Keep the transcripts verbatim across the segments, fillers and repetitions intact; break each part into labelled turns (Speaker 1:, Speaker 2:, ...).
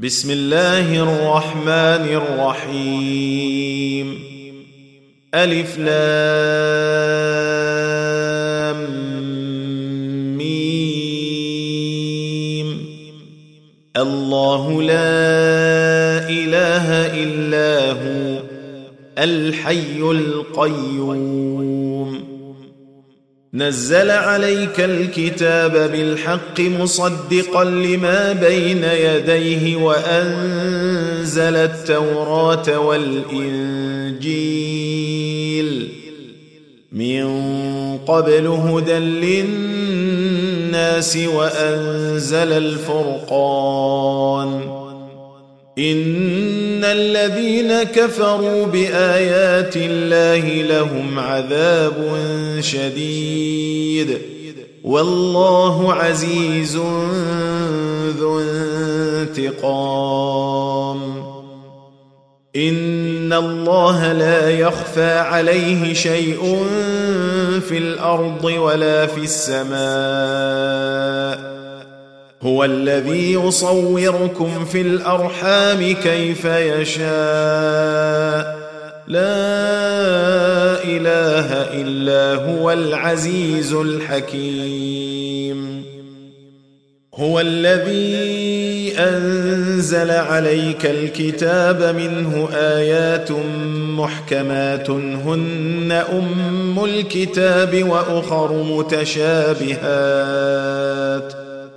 Speaker 1: بسم الله الرحمن الرحيم. ألف لام ميم. الله لا إله إلا هو الحي القيوم. نزل عليك الكتاب بالحق مصدقا لما بين يديه وأنزل التوراة والإنجيل من قبل هدى للناس وأنزل الفرقان. إن الذين كفروا بآيات الله لهم عذاب شديد والله عزيز ذو انتقام. إن الله لا يخفى عليه شيء في الأرض ولا في السماء. هو الذي يصوركم في الأرحام كيف يشاء. لا إله إلا هو العزيز الحكيم. هو الذي أنزل عليك الكتاب منه آيات محكمات هن أم الكتاب وأخر متشابهات.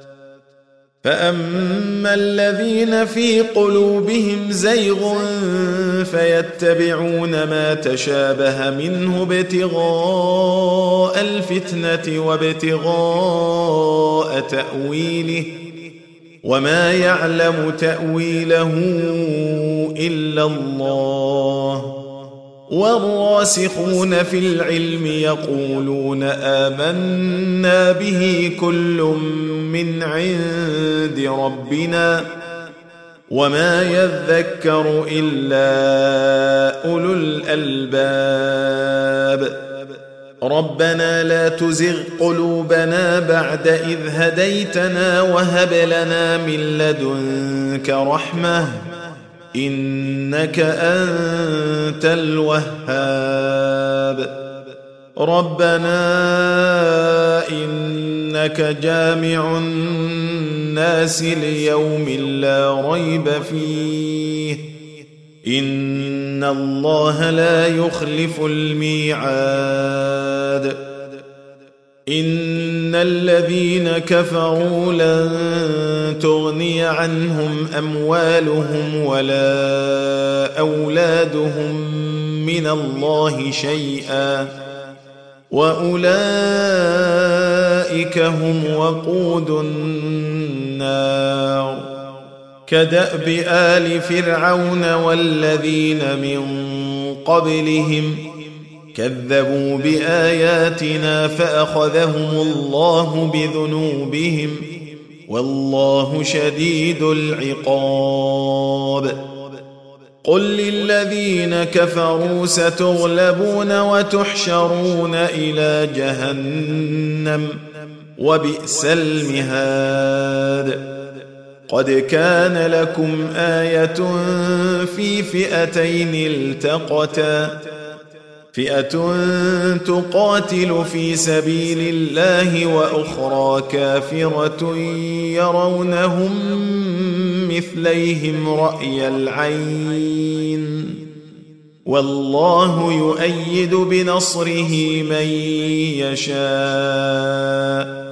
Speaker 1: فأما الذين في قلوبهم زيغ فيتبعون ما تشابه منه ابتغاء الفتنة وابتغاء تأويله وما يعلم تأويله إلا الله. والراسخون في العلم يقولون آمنا به كل من عند ربنا وما يذكر إلا أولو الألباب. ربنا لا تزغ قلوبنا بعد إذ هديتنا وهب لنا من لدنك رحمة إنك أنت الوهاب. ربنا إنك جامع الناس ليوم لا ريب فيه إن الله لا يخلف الميعاد. إن الذين كفروا لن تغني عنهم أموالهم ولا أولادهم من الله شيئا وأولئك هم وقود النار. كدأب آل فرعون والذين من قبلهم كذبوا بآياتنا فأخذهم الله بذنوبهم والله شديد العقاب. قل للذين كفروا ستغلبون وتحشرون إلى جهنم وبئس المهاد. قد كان لكم آية في فئتين التقتا فئة تقاتل في سبيل الله وأخرى كافرة يرونهم مثليهم رأي العين والله يؤيد بنصره من يشاء.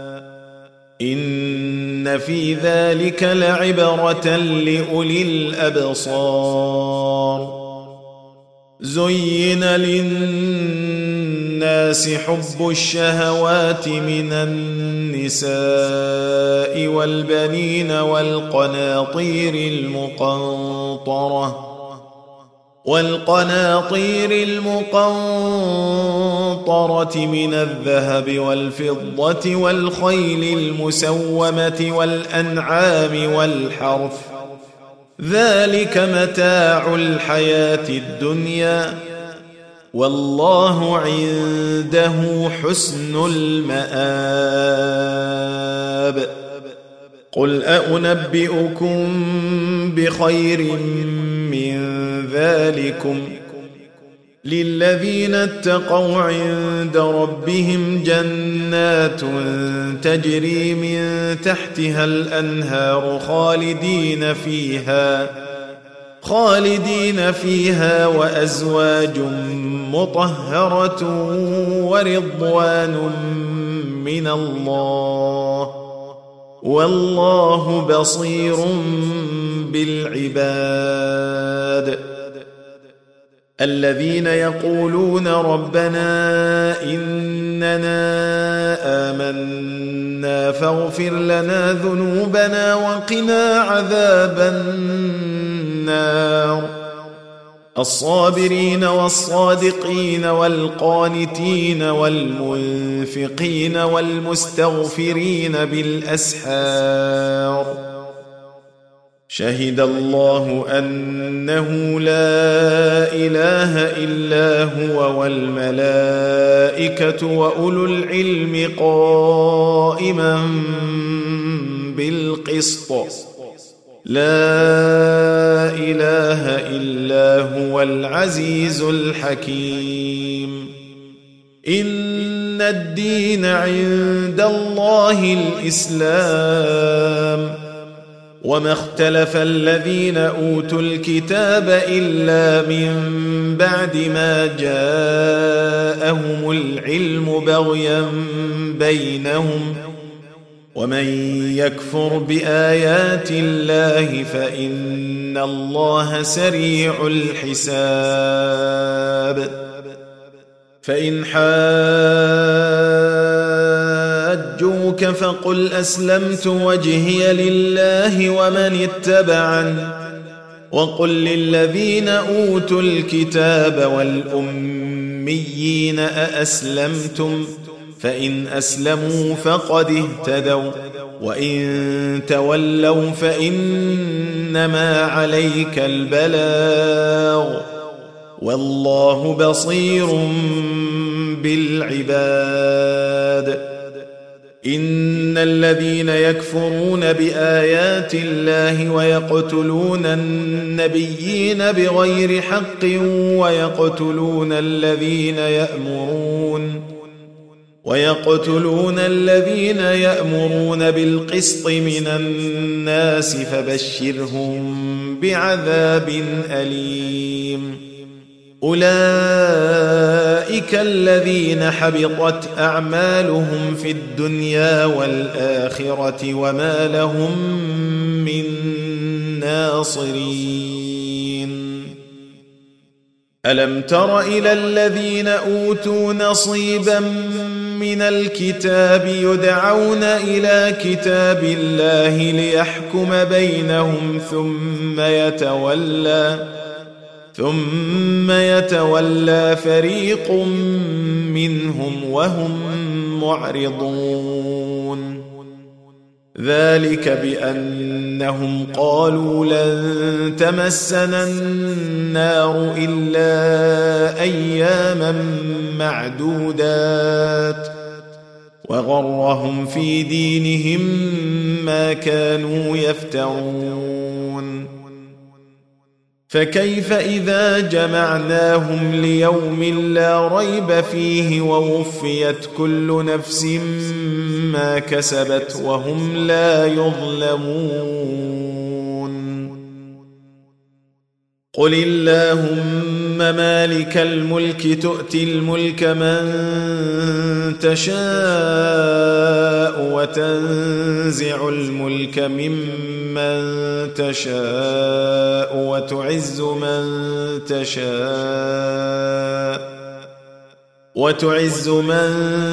Speaker 1: إن في ذلك لعبرة لأولي الأبصار. زين للناس حب الشهوات من النساء والبنين والقناطير المقنطرة والقناطير المقنطرة من الذهب والفضة والخيل المسومة والأنعام والحرث ذلك متاع الحياة الدنيا والله عنده حسن المآب. قل أنبئكم بخير من ذلكم للذين اتقوا عند ربهم جنات تجري من تحتها الأنهار خالدين فيها خالدين فيها وأزواج مطهرة ورضوان من الله والله بصير بالعباد الذين يقولون ربنا إننا آمنا فاغفر لنا ذنوبنا وقنا عذاب النار الصابرين والصادقين والقانتين والمنفقين والمستغفرين بالأسحار شهد الله أنه لا إله إلا هو والملائكة وأولو العلم قائما بالقسط لا إله إلا هو العزيز الحكيم إن الدين عند الله الإسلام وما اختلف الذين أوتوا الكتاب إلا من بعد ما جاءهم العلم بغيا بينهم ومن يكفر بآيات الله فإن الله سريع الحساب فإن حاجوك فقل أسلمت وجهي لله ومن اتبعني وقل للذين أوتوا الكتاب والأميين أأسلمتم فإن أسلموا فقد اهتدوا وإن تولوا فإنما عليك البلاغ والله بصير بالعباد إن الذين يكفرون بآيات الله ويقتلون النبيين بغير حق ويقتلون الذين يأمرون ويقتلون الذين يأمرون بالقسط من الناس فبشرهم بعذاب أليم أولئك الذين حبطت أعمالهم في الدنيا والآخرة وما لهم من ناصرين ألم تر إلى الذين أوتوا نصيبا من الكتاب يدعون إلى كتاب الله ليحكم بينهم ثم يتولى ثم يتولى فريق منهم وهم معرضون ذلك بأنهم قالوا لن تمسنا النار إلا أياما معدودات وغرهم في دينهم ما كانوا يفترون فكيف إذا جمعناهم ليوم لا ريب فيه ووفيت كل نفس ما كسبت وهم لا يظلمون قل اللهم مالك الملك تؤتي الملك من تشاء وتنزع الملك ممن تشاء وتعز من تشاء وتعز من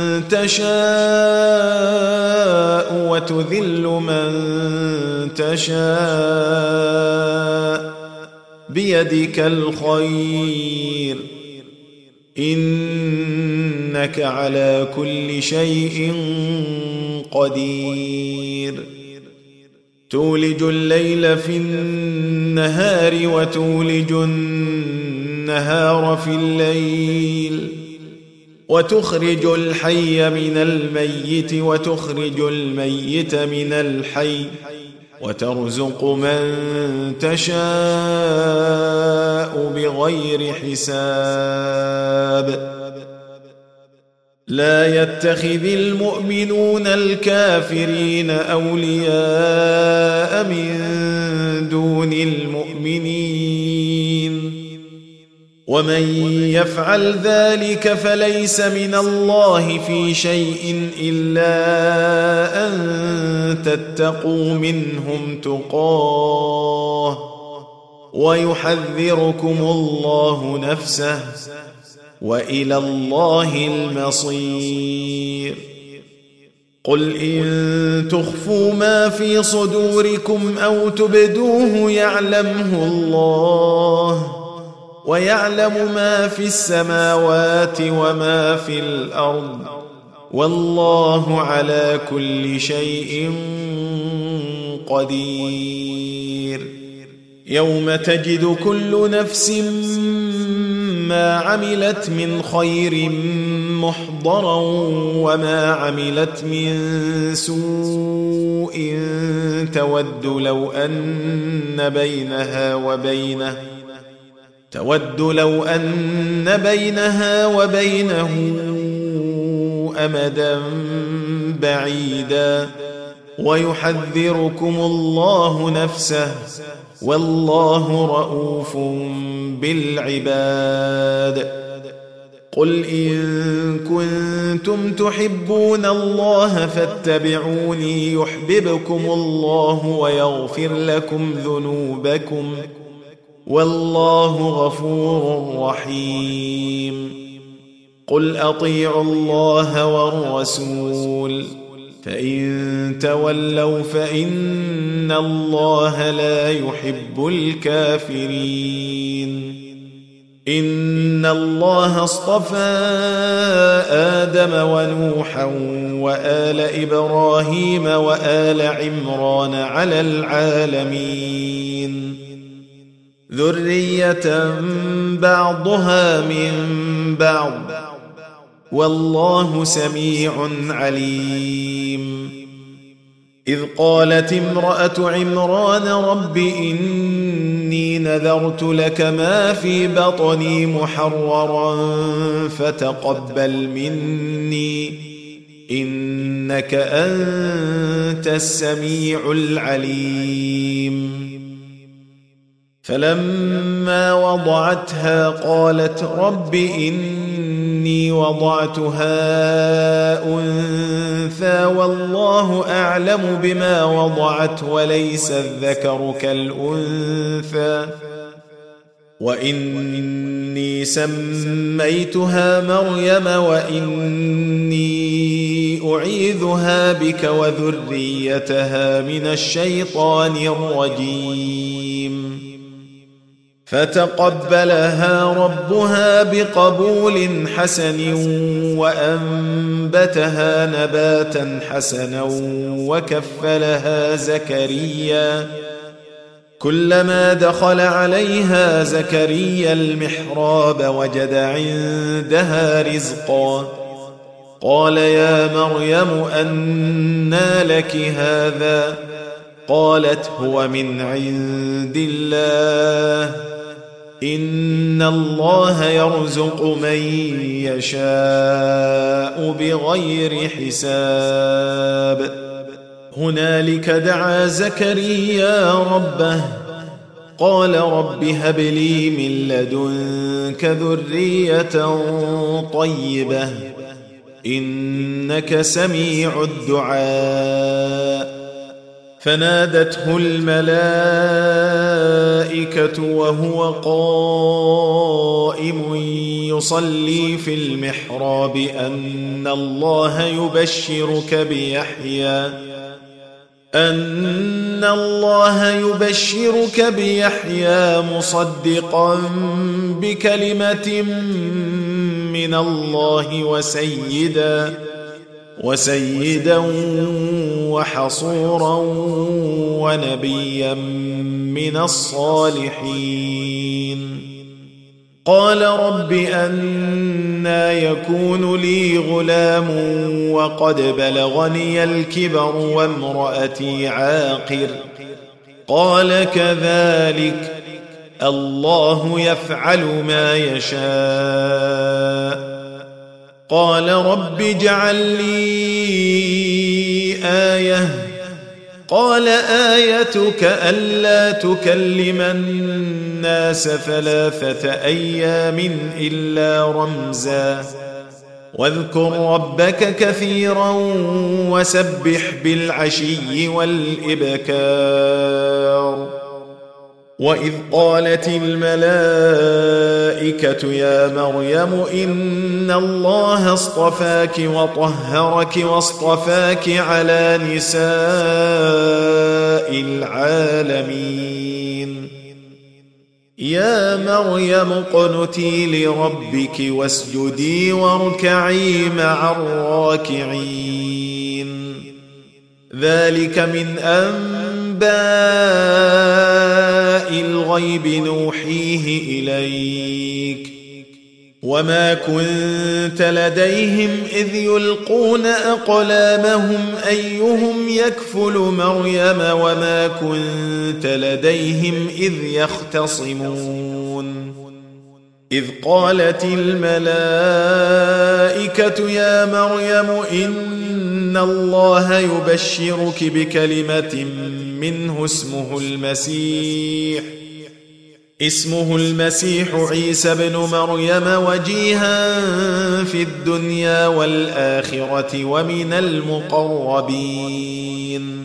Speaker 1: تشاء وتذل من تشاء بيدك الخير إنك على كل شيء قدير تولج الليل في النهار وتولج النهار في الليل وتخرج الحي من الميت وتخرج الميت من الحي وترزق من تشاء بغير حساب. لا يتخذ المؤمنون الكافرين أولياء من دون المؤمنين، ومن يفعل ذلك فليس من الله في شيء إلا أن تتقوا منهم تقاه ويحذركم الله نفسه، وإلى الله المصير. قل إن تخفوا ما في صدوركم أو تبدوه يعلمه الله، ويعلم ما في السماوات وما في الأرض، والله على كل شيء قدير. يوم تجد كل نفس ما عملت من خير محضرا وما عملت من سوء تود لو أن بينها وبينه تود لو أن بينها وبينه أمدا بعيدا، ويحذركم الله نفسه، والله رؤوف بالعباد. قل إن كنتم تحبون الله فاتبعوني يحببكم الله ويغفر لكم ذنوبكم، والله غفور رحيم. قل أطيعوا الله والرسول، فإن تولوا فإن الله لا يحب الكافرين. إن الله اصطفى آدم ونوحا وآل إبراهيم وآل عمران على العالمين، ذرية بعضها من بعض، والله سميع عليم. إذ قالت امرأة عمران رب إني نذرت لك ما في بطني محررا فتقبل مني إنك أنت السميع العليم. فلما وضعتها قالت رب إني وضعتها أنثى والله أعلم بما وضعت وليس الذكر كالأنثى، وإني سميتها مريم وإني أعيذها بك وذريتها من الشيطان الرجيم. فتقبلها ربها بقبول حسن وأنبتها نباتا حسنا وكفلها زكريا. كلما دخل عليها زكريا المحراب وجد عندها رزقا، قال يا مريم أنى لك هذا؟ قالت هو من عند الله، إن الله يرزق من يشاء بغير حساب. هنالك دعا زكريا ربه قال رب هب لي من لدنك ذرية طيبة إنك سميع الدعاء. فنادته الملائكة وهو قائم يصلي في المحراب أن الله يبشرك بيحيى أن الله يبشرك بيحيى مصدقا بكلمة من الله وسيدا وسيدا وحصورا ونبيا من الصالحين. قال رب أنى يكون لي غلام وقد بلغني الكبر وامرأتي عاقر قال كذلك الله يفعل ما يشاء قال رب اجعل لي آية قال آيتك ألا تكلم الناس ثلاثة أيام إلا رمزا واذكر ربك كثيرا وسبح بالعشي والإبكار وإذ قالت الملائكة يا مريم إن الله اصطفاك وطهرك واصطفاك على نساء العالمين يا مريم اقنتي لربك واسجدي واركعي مع الراكعين ذلك من أنباء الغيب نوحيه إليك وما كنت لديهم إذ يلقون أقلامهم أيهم يكفل مريم وما كنت لديهم إذ يختصمون إذ قالت الملائكة يا مريم إن الله يبشرك بكلمة منه اسمه المسيح اسمه المسيح عيسى بن مريم وجيها في الدنيا والآخرة ومن المقربين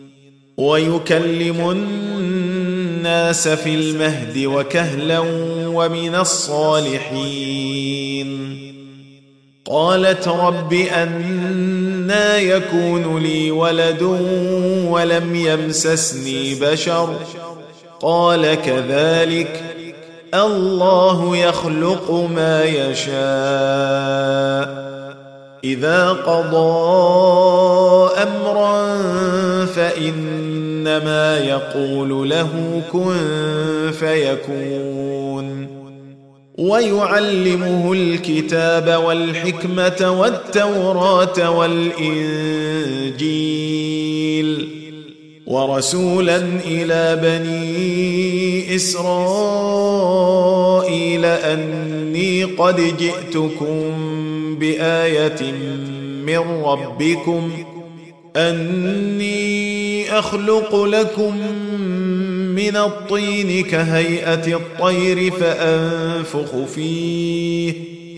Speaker 1: ويكلم الناس في المهد وكهلا ومن الصالحين قالت رب أنى يكون لي ولد ولم يمسسني بشر قال كذلك الله يخلق ما يشاء إذا قضى أمرا فإنما يقول له كن فيكون ويعلمه الكتاب والحكمة والتوراة والإنجيل ورسولا إلى بني إسرائيل أني قد جئتكم بآية من ربكم أني أخلق لكم من الطين كهيئة الطير فأنفخ فيه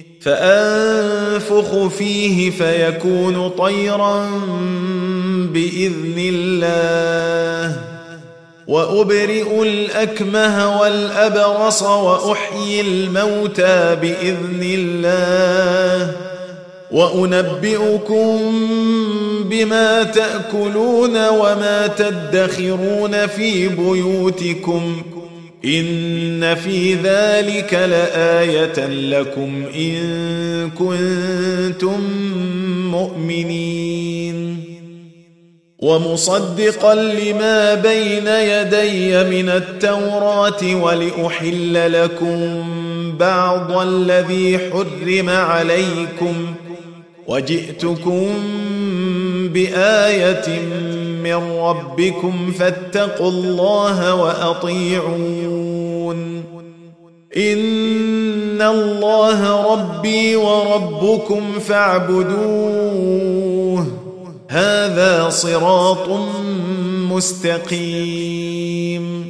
Speaker 1: فأنفخ فيه فيكون طيرا بإذن الله وأبرئ الأكمه والأبرص وأحيي الموتى بإذن الله وأنبئكم بما تأكلون وما تدخرون في بيوتكم إن في ذلك لآية لكم إن كنتم مؤمنين ومصدقا لما بين يدي من التوراة ولأحل لكم بعض الذي حرم عليكم وجئتكم بآية من ربكم فاتقوا الله وأطيعون إن الله ربي وربكم فاعبدوه هذا صراط مستقيم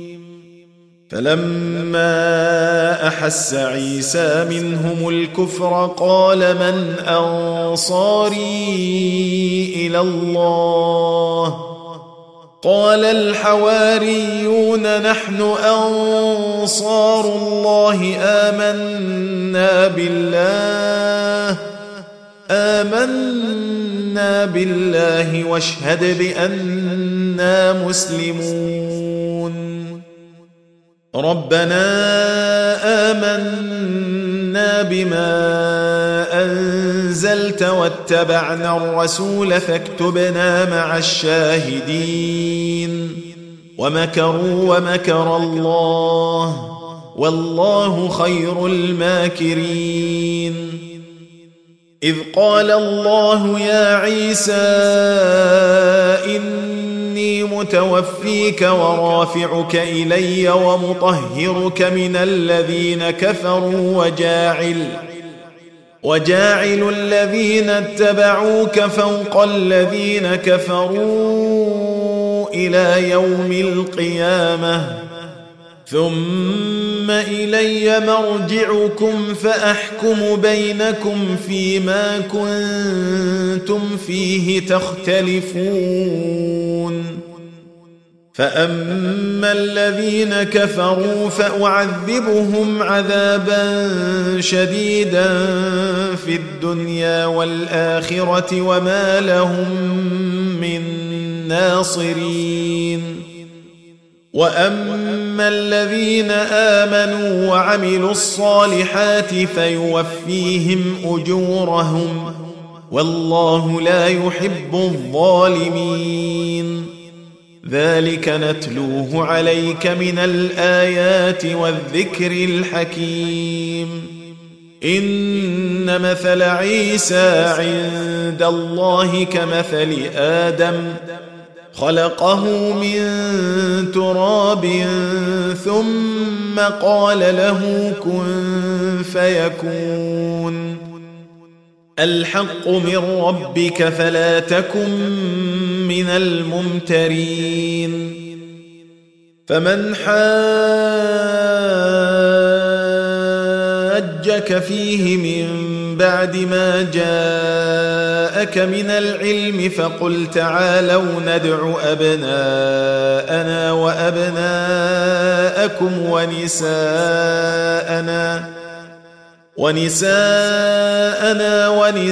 Speaker 1: فلما أحس عيسى منهم الكفر قال من أنصاري إلى الله قال الحواريون نحن أنصار الله آمنا بالله آمنا بالله واشهد بأننا مسلمون ربنا آمنا بما أنزلت واتبعنا الرسول فاكتبنا مع الشاهدين ومكروا ومكر الله والله خير الماكرين إذ قال الله يا عيسى إني متوفيك ورافعك إلي ومطهرك من الذين كفروا وجاعل وجاعل الذين اتبعوك فوق الذين كفروا إلى يوم القيامة ثم إلي مرجعكم فأحكم بينكم فيما كنتم فيه تختلفون فأما الذين كفروا فأعذبهم عذابا شديدا في الدنيا والآخرة وما لهم من ناصرين وأما الذين آمنوا وعملوا الصالحات فيوفيهم أجورهم والله لا يحب الظالمين ذلك نتلوه عليك من الآيات والذكر الحكيم إن مثل عيسى عند الله كمثل آدم خلقه من تراب ثم قال له كن فيكون الحق من ربك فلا تكن من الممترين فمن حاجك فيه من بعد ما جاءك من العلم فقل تعالوا ندع أبناءنا وأبناءكم ونساءنا ونساءنا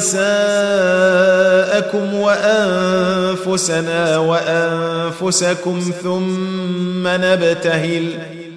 Speaker 1: ونساءكم وأنفسنا وأنفسكم ثم نبتهل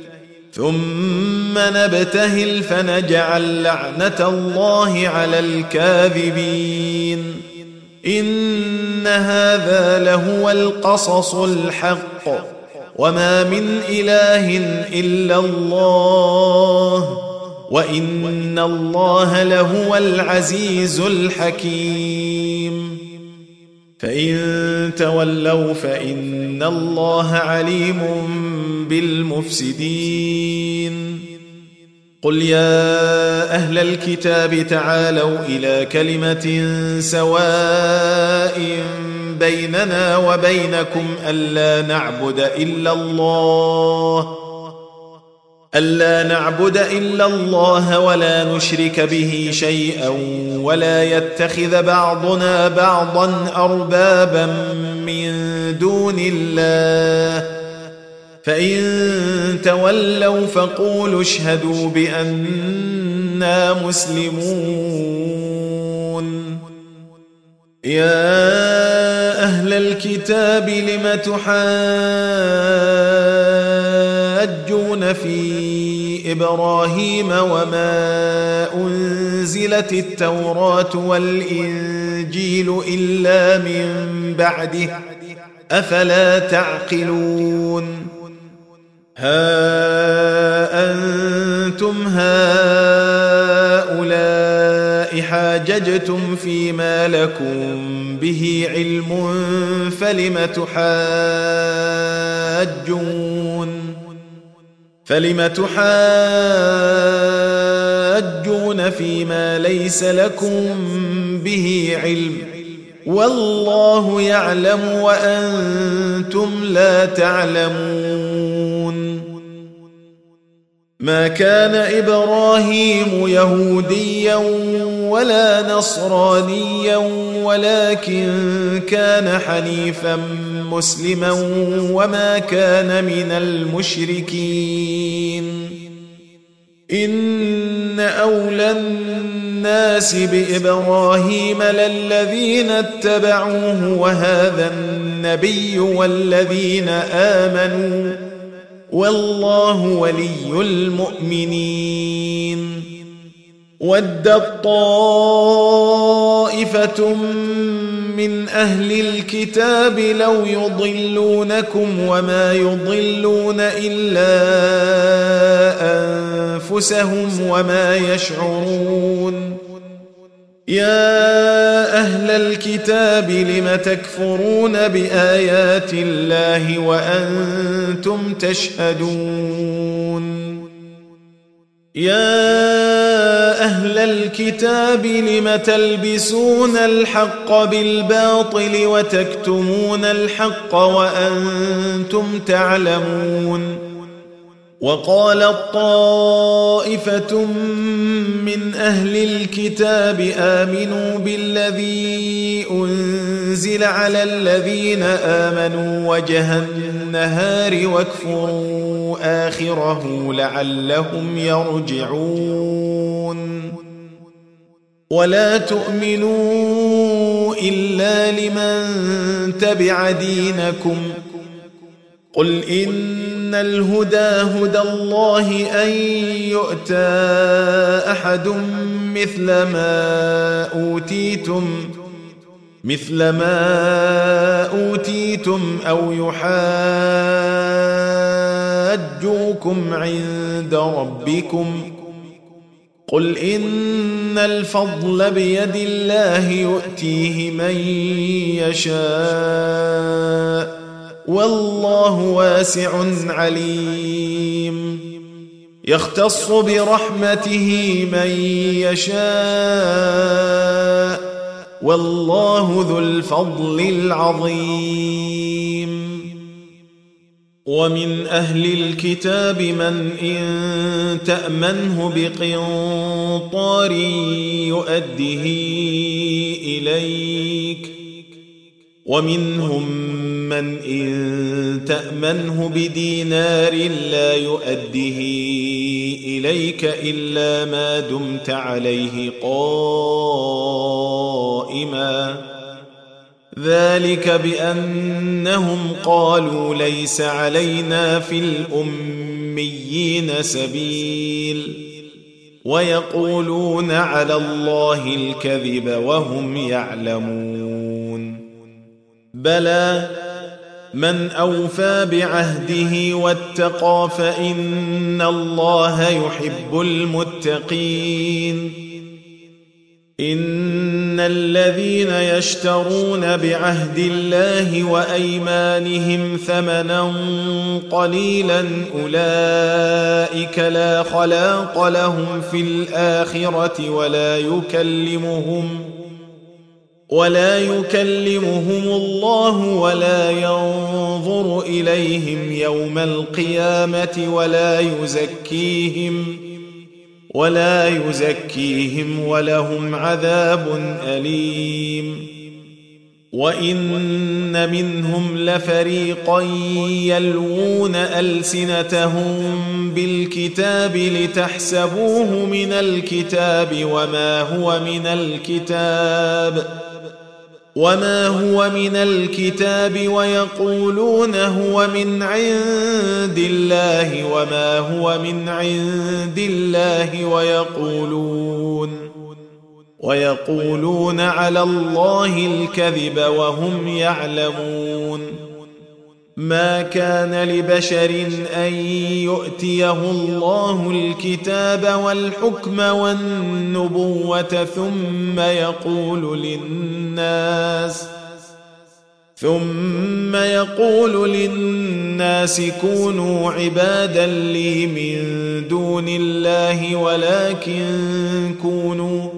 Speaker 1: ثم نبتهل فنجعل لعنة الله على الكاذبين إن هذا لهو القصص الحق وما من إله إلا الله وإن الله لهو العزيز الحكيم فإن تولوا فإن الله عليم بالمفسدين قل يا أهل الكتاب تعالوا إلى كلمة سواء بيننا وبينكم ألا نعبد إلا الله ألا نعبد إلا الله ولا نشرك به شيئا ولا يتخذ بعضنا بعضا أربابا من دون الله فإن تولوا فقولوا اشهدوا بأننا مسلمون يا أهل الكتاب لم تحاجون في إبراهيم وما أنزلت التوراة والإنجيل إلا من بعده أفلا تعقلون ها أنتم هؤلاء حاججتم فيما لكم به علم فلم تحاجون فلم تحاجون فيما ليس لكم به علم والله يعلم وأنتم لا تعلمون ما كان إبراهيم يهوديا ولا نصرانيا ولكن كان حنيفا مسلما وما كان من المشركين إن أولى الناس بإبراهيم للذين اتبعوه وهذا النبي والذين آمنوا والله ولي المؤمنين ودت طائفة من أهل الكتاب لو يضلونكم وما يضلون إلا أنفسهم وما يشعرون يا أهل الكتاب لم تكفرون بآيات الله وأنتم تشهدون يا أهل الكتاب لم تلبسون الحق بالباطل وتكتمون الحق وأنتم تعلمون وقالت طائفة من أهل الكتاب آمنوا بالذي أنزل على الذين آمنوا وجه النهار واكفروا آخره لعلهم يرجعون ولا تؤمنوا إلا لمن تبع دينكم قل إن الهدى هدى الله أن يؤتى أحد مثل ما أوتيتم مثل ما أوتيتم أو يحاجوكم عند ربكم قل إن الفضل بيد الله يؤتيه من يشاء والله واسع عليم يختص برحمته من يشاء والله ذو الفضل العظيم ومن أهل الكتاب من إن تأمنه بقنطار يؤده إليك ومنهم من إن تأمنه بدينار لا يؤده إليك إلا ما دمت عليه قائما ذلك بأنهم قالوا ليس علينا في الأميين سبيل ويقولون على الله الكذب وهم يعلمون بلى من أوفى بعهده واتقى فإن الله يحب المتقين إن الذين يشترون بعهد الله وأيمانهم ثمنا قليلا أولئك لا خلاق لهم في الآخرة ولا يكلمهم ولا يكلمهم الله ولا ينظر إليهم يوم القيامة ولا يزكيهم ولا يزكيهم ولهم عذاب أليم وإن منهم لفريقا يلوون ألسنتهم بالكتاب لتحسبوه من الكتاب وما هو من الكتاب وما هو من الكتاب ويقولون هو من عند الله وما هو من عند الله ويقولون ويقولون على الله الكذب وهم يعلمون ما كان لبشر أن يؤتيه الله الكتاب والحكم والنبوة ثم يقول للناس ثم يقول للناس كونوا عبادا لي من دون الله ولكن كونوا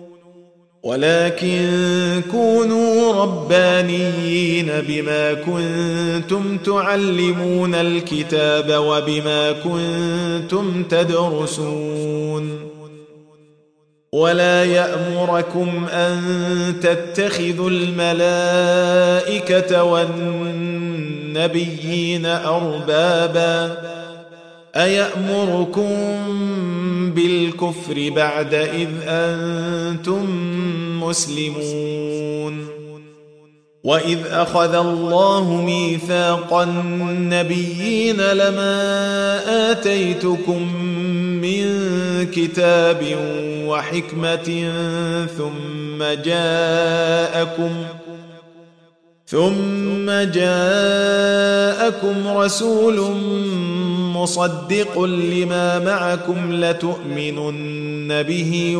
Speaker 1: ولكن كونوا ربانيين بما كنتم تعلمون الكتاب وبما كنتم تدرسون ولا يأمركم أن تتخذوا الملائكة والنبيين أربابا أيأمركم بالكفر بعد إذ أنتم مسلمون وإذ أخذ الله ميثاق النبيين لما آتيتكم من كتاب وحكمة ثم جاءكم ثم جاءكم رسول مصدق لما معكم لتؤمنن به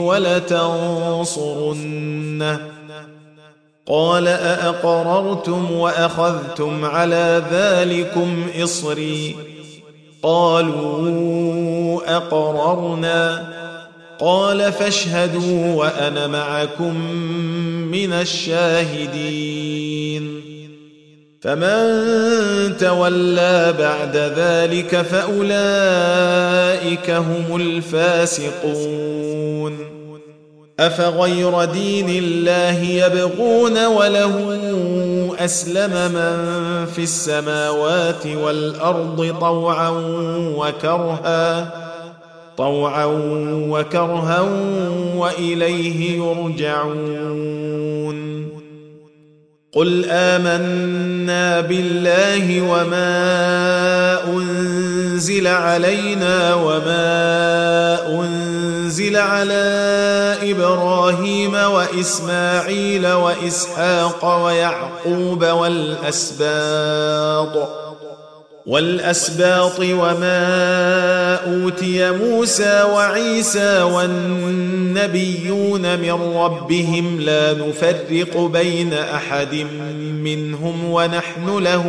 Speaker 1: ولتنصرنه قال أأقررتم وأخذتم على ذلكم إصري قالوا أقررنا قال فاشهدوا وأنا معكم من الشاهدين فمن تولى بعد ذلك فأولئك هم الفاسقون أفغير دين الله يبغون وله أسلم من في السماوات والأرض طوعا وكرها طوعا وكرها وإليه يرجعون قل آمنا بالله وما أنزل علينا وما أنزل على إبراهيم وإسماعيل وإسحاق ويعقوب والأسباط والأسباط وما أوتي موسى وعيسى والنبيون من ربهم لا نفرق بين أحد منهم ونحن له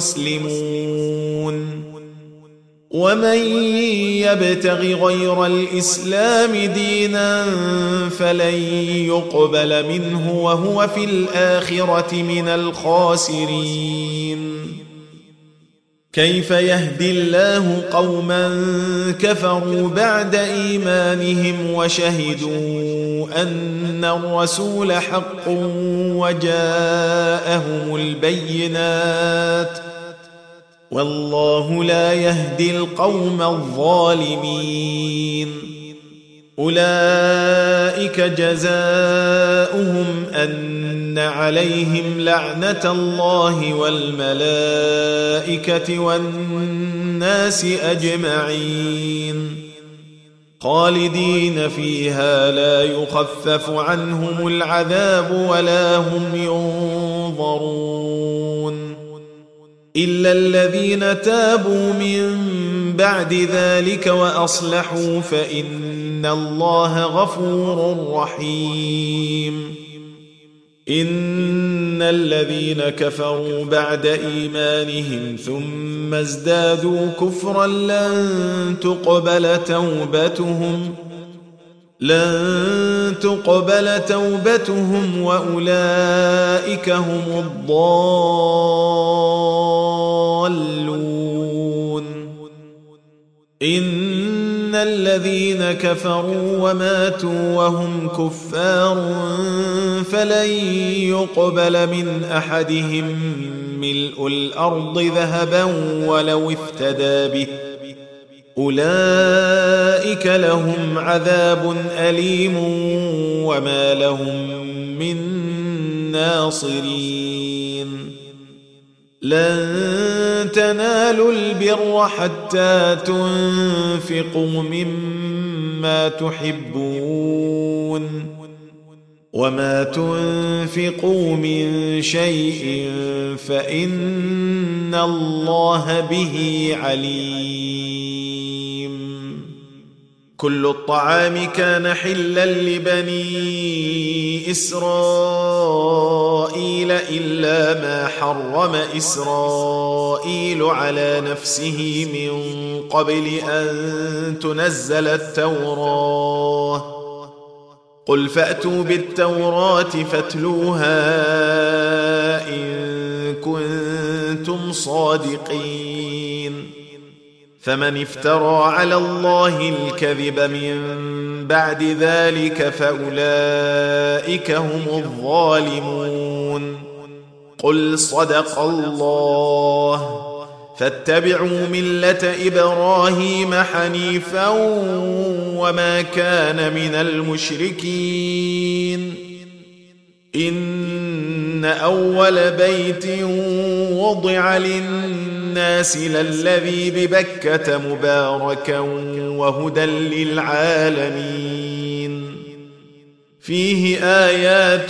Speaker 1: مسلمون ومن يبتغ غير الإسلام دينا فلن يقبل منه وهو في الآخرة من الخاسرين كيف يهدي الله قوما كفروا بعد إيمانهم وشهدوا أن الرسول حق وجاءهم البينات والله لا يهدي القوم الظالمين أولئك جزاؤهم أن عليهم لعنة الله والملائكة والناس أجمعين خالدين فيها لا يخفف عنهم العذاب ولا هم ينظرون إلا الذين تابوا من بعد ذلك وأصلحوا فإن الله غفور رحيم إن الذين كفروا بعد إيمانهم ثم ازدادوا كفرا لن تقبل توبتهم لن تقبل توبتهم وأولئك هم الضالون إن الذين كفروا وماتوا وهم كفار فلن يقبل من أحدهم ملء الأرض ذهبا ولو افتدى به أولئك لهم عذاب أليم وما لهم من ناصرين لن تنالوا البر حتى تنفقوا مما تحبون وما تنفقوا من شيء فإن الله به عليم كل الطعام كان حلا لبني إسرائيل إلا ما حرم إسرائيل على نفسه من قبل أن تنزل التوراة قل فأتوا بالتوراة فاتلوها إن كنتم صادقين فمن افترى على الله الكذب من بعد ذلك فأولئك هم الظالمون قل صدق الله فاتبعوا ملة إبراهيم حنيفا وما كان من المشركين إن أول بيت وضع للناس للذي ببكة مباركا وهدى للعالمين فيه آيات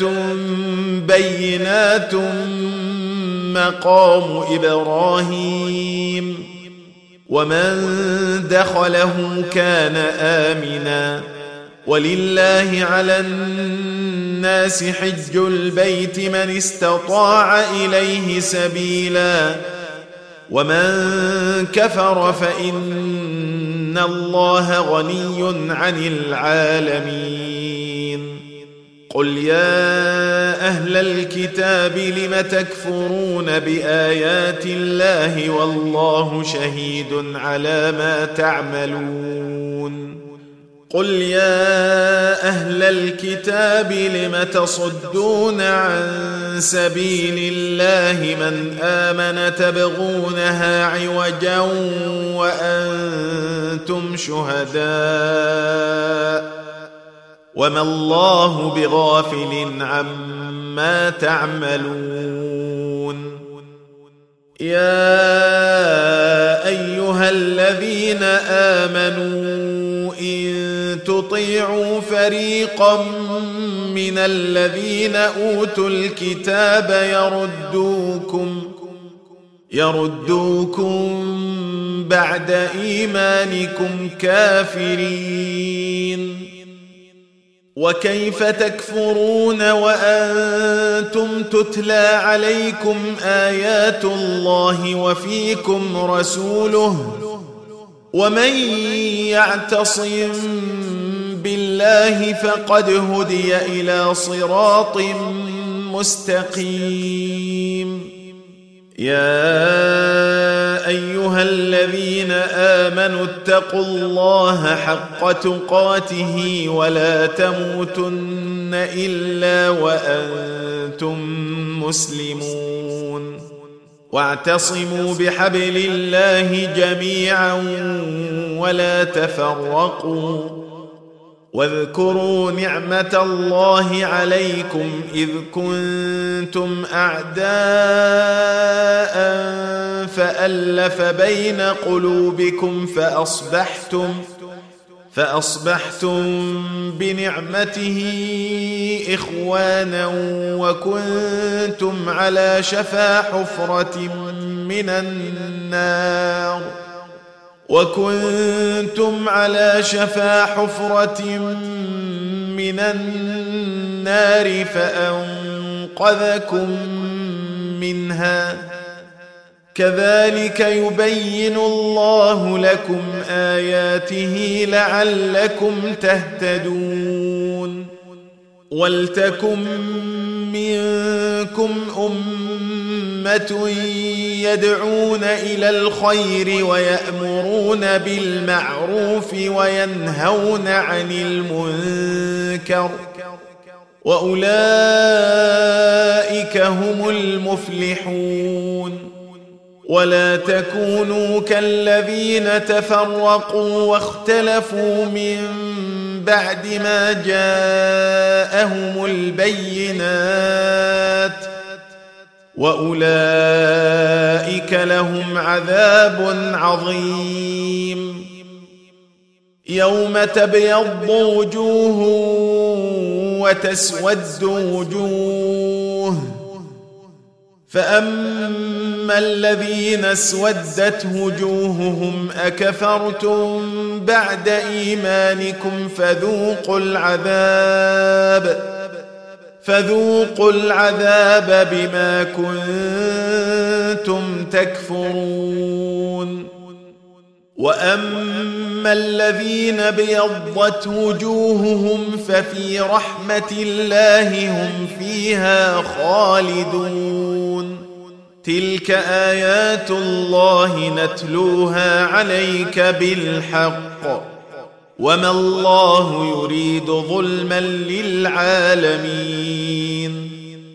Speaker 1: بينات مقام إبراهيم ومن دخله كان آمنا ولله على الناس حج البيت من استطاع إليه سبيلا ومن كفر فإن الله غني عن العالمين قل يا أهل الكتاب لم تكفرون بآيات الله والله شهيد على ما تعملون قل يا أهل الكتاب لم تصدون عن سبيل الله من آمن تبغونها عوجا وأنتم شهداء وما الله بغافل عما تعملون يا أيها الذين آمنوا إن تطيعوا فريقا من الذين أوتوا الكتاب يردوكم يردوكم بعد إيمانكم كافرين وكيف تكفرون وأنتم تتلى عليكم آيات الله وفيكم رسوله ومن يعتصم بالله فقد هدي إلى صراط مستقيم يا أيها الذين آمنوا اتقوا الله حق تقاته ولا تموتن إلا وأنتم مسلمون واعتصموا بحبل الله جميعا ولا تفرقوا واذكروا نعمة الله عليكم إذ كنتم أعداء فألف بين قلوبكم فأصبحتم فأصبحتم بنعمته إخوانا وكنتم على شفا حفرة من النار وكنتم على شفا حفرة من النار فأنقذكم منها كذلك يبين الله لكم آياته لعلكم تهتدون ولتكن منكم أمة يدعون إلى الخير ويأمرون بالمعروف وينهون عن المنكر وأولئك هم المفلحون ولا تكونوا كالذين تفرقوا واختلفوا من بعد ما جاءهم البينات وأولئك لهم عذاب عظيم يوم تبيض وجوه وتسود وجوه فأما الذين اسودت وجوههم أكفرتم بعد إيمانكم فذوقوا العذاب فذوقوا العذاب بما كنتم تكفرون وأما الذين ابيضت وجوههم ففي رحمة الله هم فيها خالدون تلك آيات الله نتلوها عليك بالحق وما الله يريد ظلما للعالمين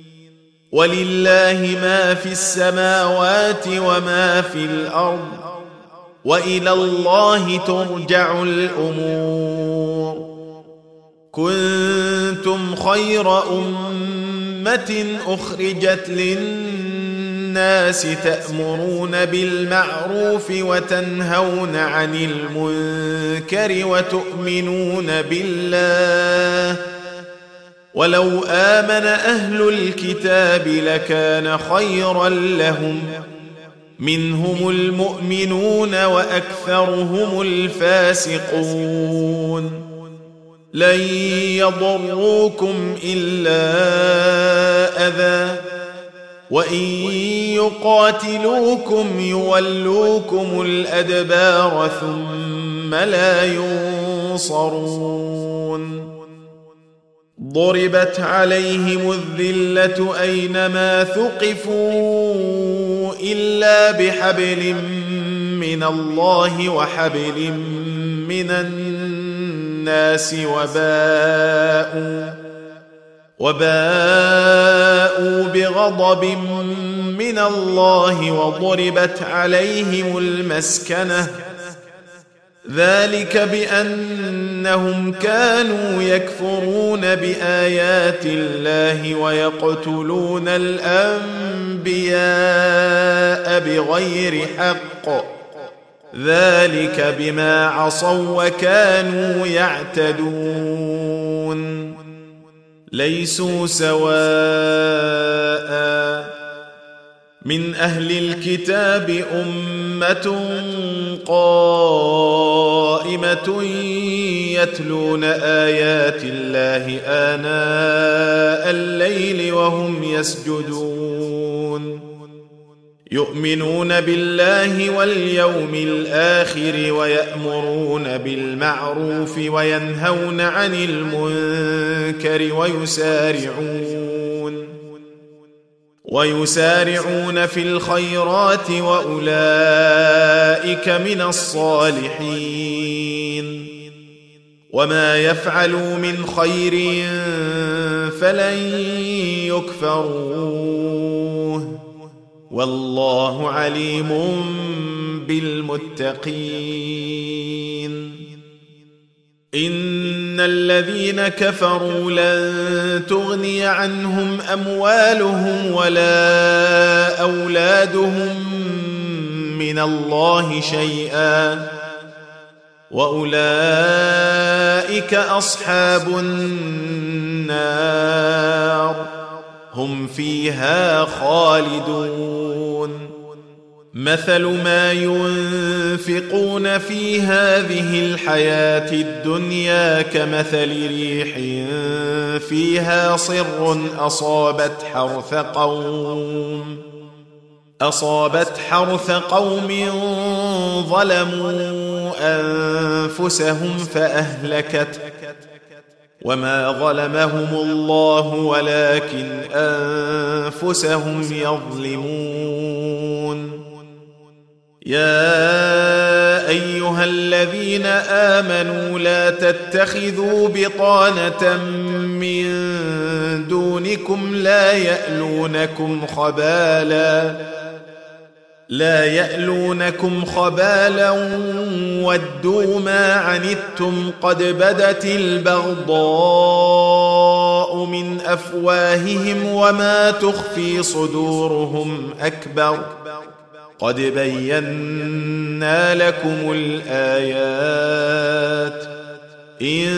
Speaker 1: ولله ما في السماوات وما في الأرض وإلى الله ترجع الأمور كنتم خير أمة أخرجت للناس تأمرون بالمعروف وتنهون عن المنكر وتؤمنون بالله ولو آمن أهل الكتاب لكان خيرا لهم منهم المؤمنون وأكثرهم الفاسقون لن يضروكم إلا أذى وإن يقاتلوكم يولوكم الأدبار ثم لا ينصرون ضربت عليهم الذلة أينما ثقفوا إلا بحبل من الله وحبل من الناس وباءوا وباءوا بغضب من الله وضربت عليهم المسكنة ذلك بأنهم كانوا يكفرون بآيات الله ويقتلون الأنبياء بغير حق ذلك بما عصوا وكانوا يعتدون ليسوا سواء من أهل الكتاب أمة قائمة يتلون آيات الله آناء الليل وهم يسجدون يؤمنون بالله واليوم الآخر ويأمرون بالمعروف وينهون عن المنكر ويسارعون ويسارعون في الخيرات وأولئك من الصالحين وما يفعلوا من خير فلن يكفروه والله عليم بالمتقين إن الذين كفروا لن تغني عنهم أموالهم ولا أولادهم من الله شيئا وأولئك أصحاب النار هم فيها خالدون مثل ما ينفقون في هذه الحياة الدنيا كمثل ريح فيها صر أصابت حرث قوم أصابت حرث قوم ظلموا أنفسهم فأهلكت وما ظلمهم الله ولكن أنفسهم يظلمون يا أيها الذين آمنوا لا تتخذوا بطانة من دونكم لا يألونكم خبالا لا يألونكم خبالا ودوا ما عنتم قد بدت البغضاء من أفواههم وما تخفي صدورهم أكبر قد بينا لكم الآيات إن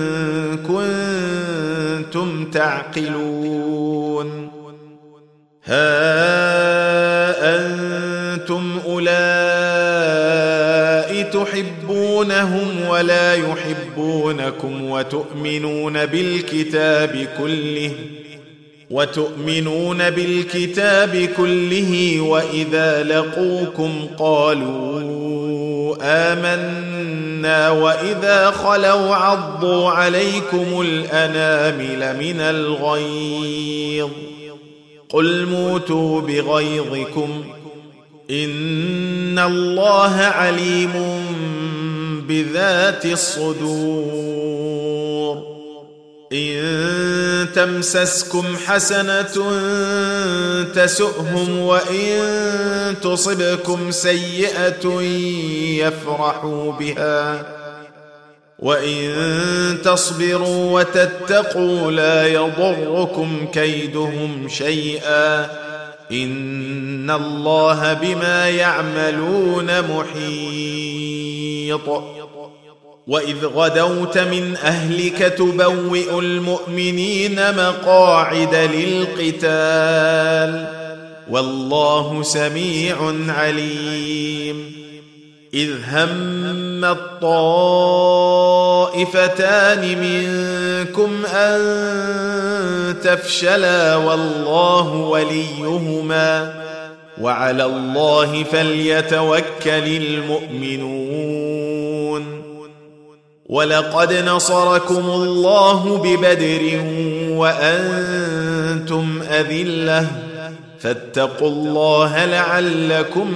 Speaker 1: كنتم تعقلون ها أنتم أولئك تحبونهم ولا يحبونكم وتؤمنون بالكتاب كله وتؤمنون بالكتاب كله وإذا لقوكم قالوا آمنا وإذا خلوا عضوا عليكم الأنامل من الغيظ قل موتوا بغيظكم إن الله عليم بذات الصدور إن تمسسكم حسنة تسؤهم وإن تصبكم سيئة يفرحوا بها وإن تصبروا وتتقوا لا يضركم كيدهم شيئا إن الله بما يعملون محيط وإذ غدوت من أهلك تبوئ المؤمنين مقاعد للقتال والله سميع عليم. إذ هم الطائفتان منكم أن تفشلا والله وليهما وعلى الله فليتوكل المؤمنون. ولقد نصركم الله ببدر وأنتم أذلة فاتقوا الله لعلكم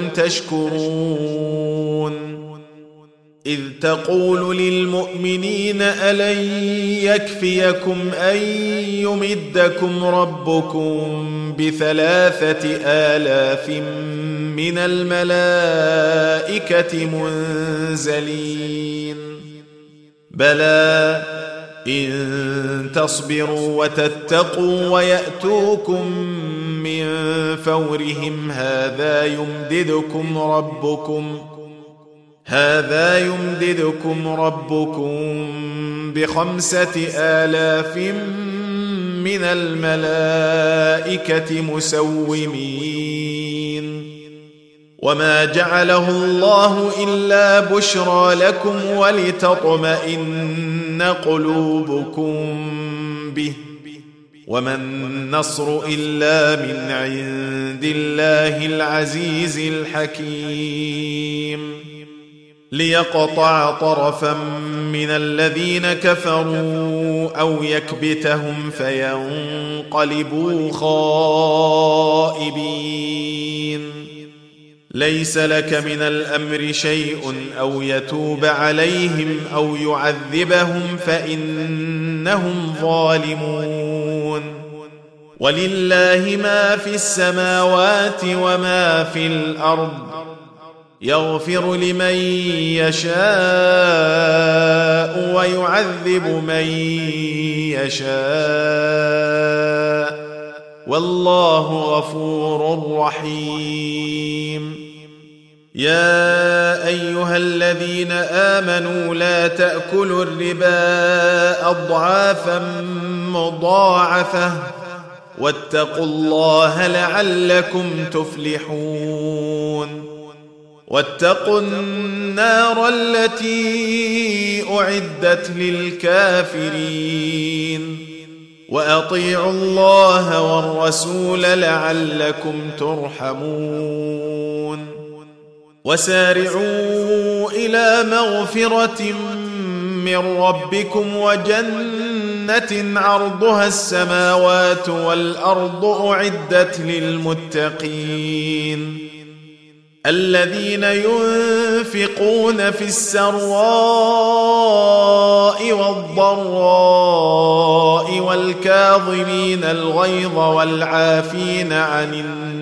Speaker 1: تشكرون. إذ تقول للمؤمنين ألن يكفيكم أن يمدكم ربكم بثلاثة آلاف من الملائكة منزلين بلى إن تصبروا وتتقوا ويأتوكم من فورهم هذا يمددكم ربكم هذا يمددكم ربكم بخمسة آلاف من الملائكة مسومين. وما جعله الله إلا بشرى لكم ولتطمئن قلوبكم به وما النصر إلا من عند الله العزيز الحكيم. ليقطع طرفا من الذين كفروا أو يكبتهم فينقلبوا خائبين. ليس لك من الأمر شيء أو يتوب عليهم أو يعذبهم فإنهم ظالمون. ولله ما في السماوات وما في الأرض يغفر لمن يشاء ويعذب من يشاء والله غفور رحيم. يا أيها الذين آمنوا لا تأكلوا الربا أضعافا مضاعفة واتقوا الله لعلكم تفلحون. واتقوا النار التي أعدت للكافرين وأطيعوا الله والرسول لعلكم ترحمون. وسارعوا إلى مغفرة من ربكم وجنة عرضها السماوات والأرض أعدت للمتقين الذين ينفقون في السراء والضراء والكاظمين الغيظ والعافين عن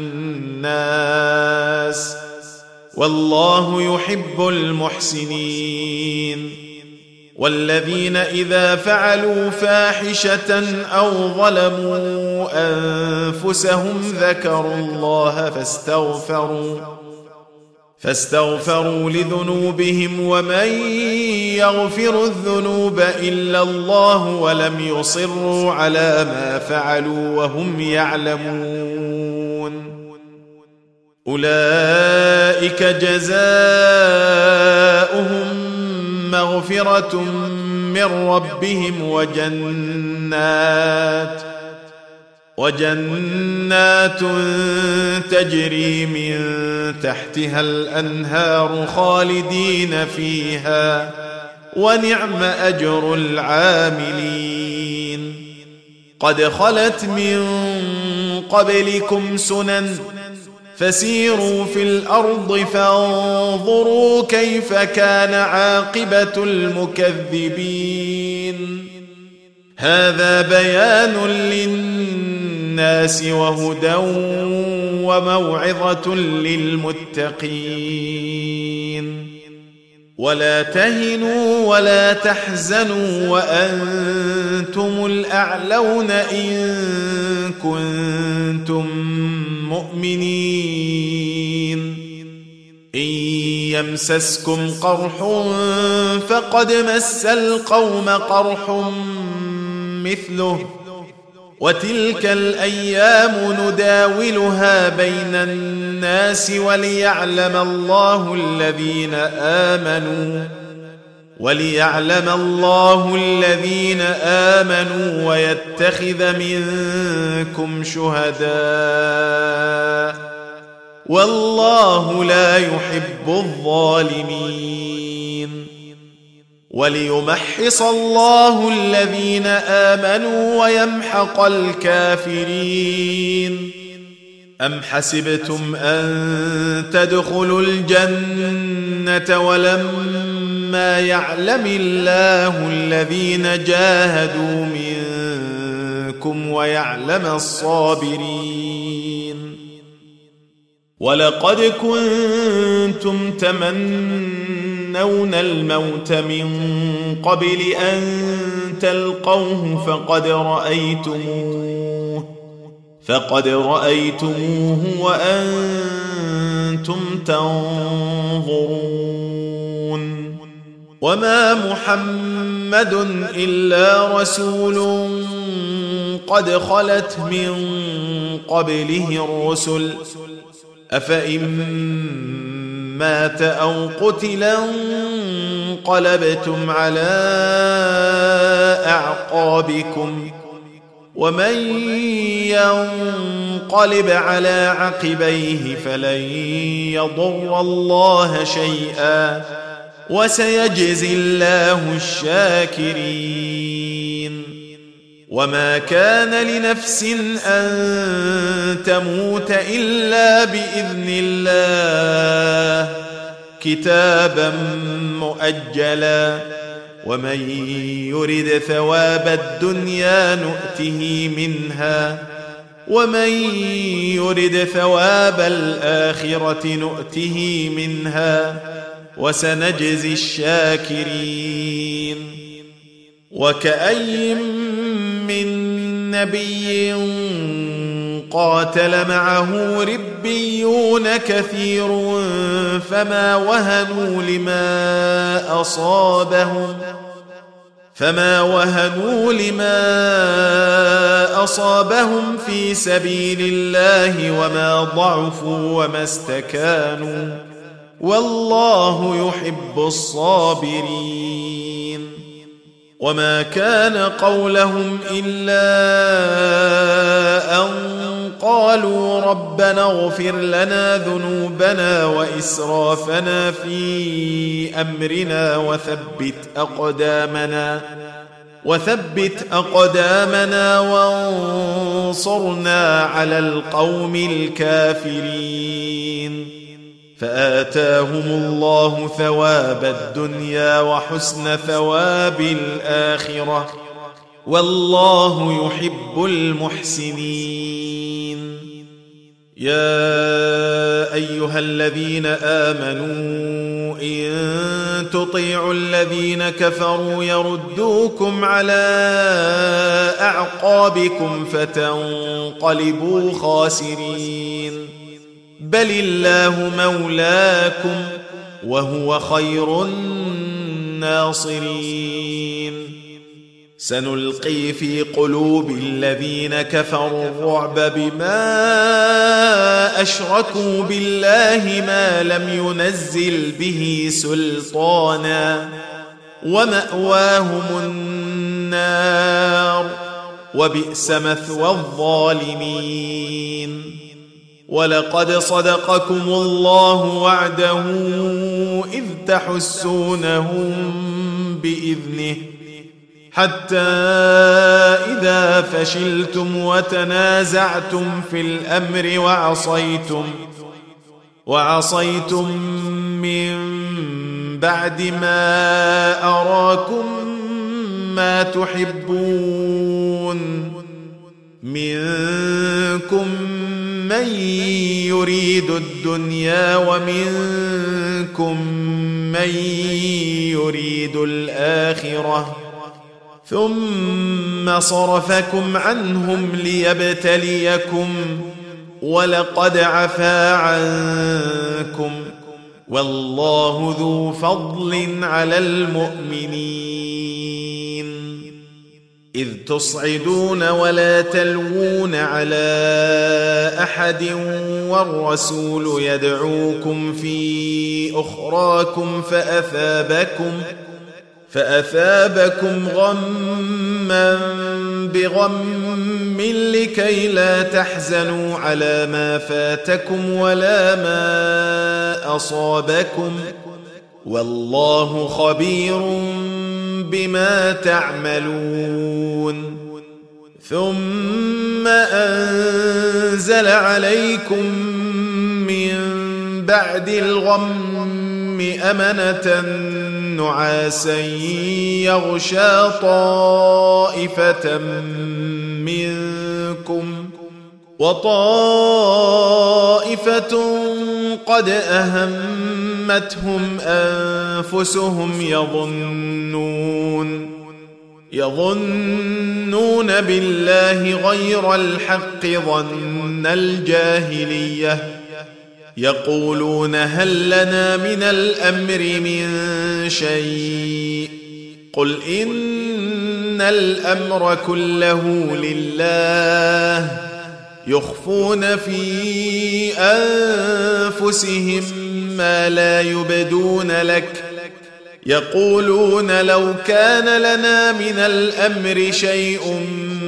Speaker 1: الناس والله يحب المحسنين. والذين إذا فعلوا فاحشة أو ظلموا أنفسهم ذكروا الله فاستغفروا فاستغفروا لذنوبهم ومن يغفر الذنوب إلا الله ولم يصروا على ما فعلوا وهم يعلمون. أولئك جزاؤهم مغفرة من ربهم وجنات وجنات تجري من تحتها الأنهار خالدين فيها ونعم أجر العاملين. قد خلت من قبلكم سنن فسيروا في الأرض فانظروا كيف كان عاقبة المكذبين. هذا بيان للناس وهدى وموعظة للمتقين. ولا تهنوا ولا تحزنوا وأنتم الأعلون إن كنتم مؤمنين. إن يمسسكم قرح فقد مس القوم قرح مثله وتلك الأيام نداولها بين الناس وليعلم الله الذين آمنوا وليعلم الله الذين آمنوا ويتخذ منكم شهداء والله لا يحب الظالمين وليمحص الله الذين آمنوا ويمحق الكافرين أم حسبتم أن تدخلوا الجنة ولما يعلم الله الذين جاهدوا منكم ويعلم الصابرين ولقد كنتم تمنون الموت من قبل أن تلقوه فقد رأيتموه فقد رأيتموه وأنتم تنظرون وما محمد إلا رسول قد خلت من قبله الرسل أفإن مات أو قتلا انقلبتم على أعقابكم ومن ينقلب على عقبيه فلن يضر الله شيئا وسيجزي الله الشاكرين وما كان لنفس أن تموت إلا بإذن الله كتابا مؤجلا ومن يرد ثواب الدنيا نؤته منها ومن يرد ثواب الآخرة نؤته منها وسنجزي الشاكرين وكأي من نبي قاتل معه ربيون كثير فما وهنوا لما أصابهم فما وهنوا لما أصابهم في سبيل الله وما ضعفوا وما استكانوا والله يحب الصابرين وما كان قولهم إلا أن قالوا ربنا اغفر لنا ذنوبنا وإسرافنا في أمرنا وثبت أقدامنا وثبت أقدامنا وانصرنا على القوم الكافرين فآتاهم الله ثواب الدنيا وحسن ثواب الآخرة والله يحب المحسنين يا أيها الذين آمنوا إن تطيعوا الذين كفروا يردوكم على أعقابكم فتنقلبوا خاسرين بل الله مولاكم وهو خير الناصرين سنلقي في قلوب الذين كفروا الرعب بما أشركوا بالله ما لم ينزل به سلطانا ومأواهم النار وبئس مثوى الظالمين ولقد صدقكم الله وعده إذ تحسونهم بإذنه حتى إذا فشلتم وتنازعتم في الأمر وعصيتم وعصيتم من بعد ما أراكم ما تحبون منكم من يريد الدنيا ومنكم من يريد الآخرة ثم صرفكم عنهم ليبتليكم ولقد عفا عنكم والله ذو فضل على المؤمنين إذ تصعدون ولا تلوون على أحد والرسول يدعوكم في أخراكم فأثابكم فأثابكم غما بغم لكي لا تحزنوا على ما فاتكم ولا ما أصابكم والله خبير بما تعملون ثم أنزل عليكم من بعد الغم أمنة نعاسا يغشى طائفة منكم وطائفة قد أهمتهم أنفسهم يظنون يظنون بالله غير الحق ظن الجاهلية يقولون هل لنا من الأمر من شيء قل إن الأمر كله لله يخفون في أنفسهم ما لا يبدون لك يقولون لو كان لنا من الأمر شيء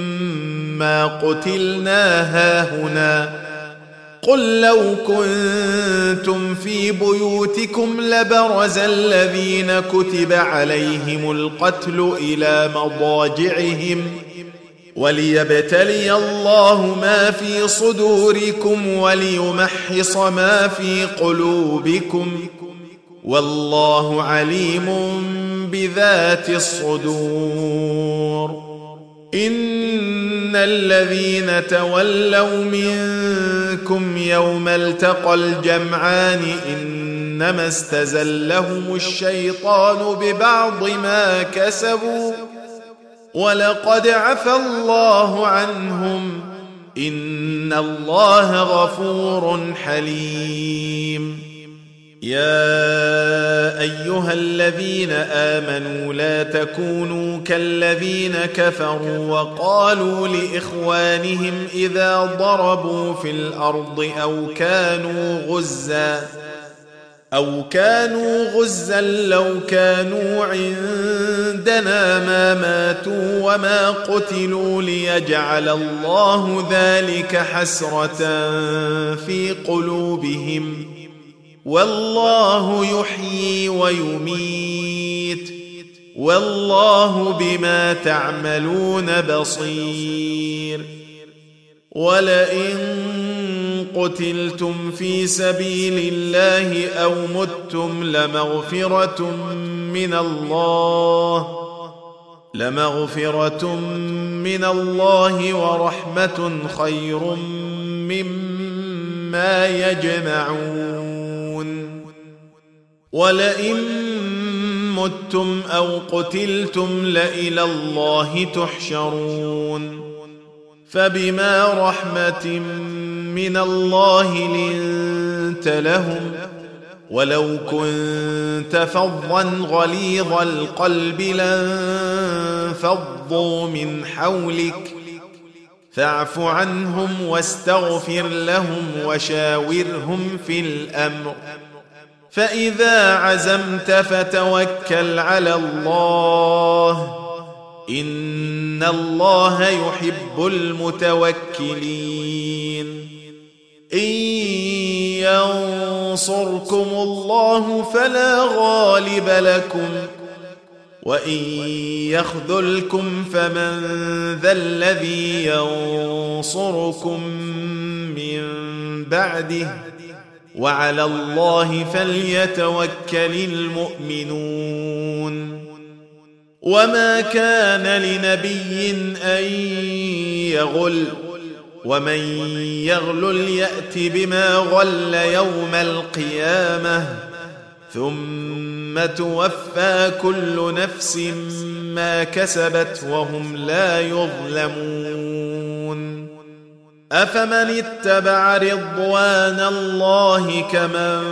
Speaker 1: ما قتلنا هاهنا قل لو كنتم في بيوتكم لبرز الذين كتب عليهم القتل إلى مضاجعهم وليبتلي الله ما في صدوركم وليمحص ما في قلوبكم والله عليم بذات الصدور إن الذين تولوا منكم يوم التقى الجمعان إنما استزلهم الشيطان ببعض ما كسبوا ولقد عفى الله عنهم إن الله غفور حليم يا أيها الذين آمنوا لا تكونوا كالذين كفروا وقالوا لإخوانهم إذا ضربوا في الأرض أو كانوا غزا أو كانوا غزا لو كانوا عندنا ما ماتوا وما قتلوا ليجعل الله ذلك حسرة في قلوبهم والله يحيي ويميت والله بما تعملون بصير ولئن قتلتم في سبيل الله أو متم لمغفرة من الله لمغفرة من الله ورحمة خير مما يجمعون ولئن متم أو قتلتم لإلى الله تحشرون فبما رحمة من الله لنت لهم ولو كنت فظا غليظ القلب لانفضوا من حولك فاعف عنهم واستغفر لهم وشاورهم في الأمر فإذا عزمت فتوكل على الله إن الله يحب المتوكلين إن ينصركم الله فلا غالب لكم وإن يخذلكم فمن ذا الذي ينصركم من بعده وعلى الله فليتوكل المؤمنون وما كان لنبي أن يغل ومن يغلل يأت بما غل يوم القيامة ثم توفى كل نفس ما كسبت وهم لا يظلمون أفمن اتبع رضوان الله كمن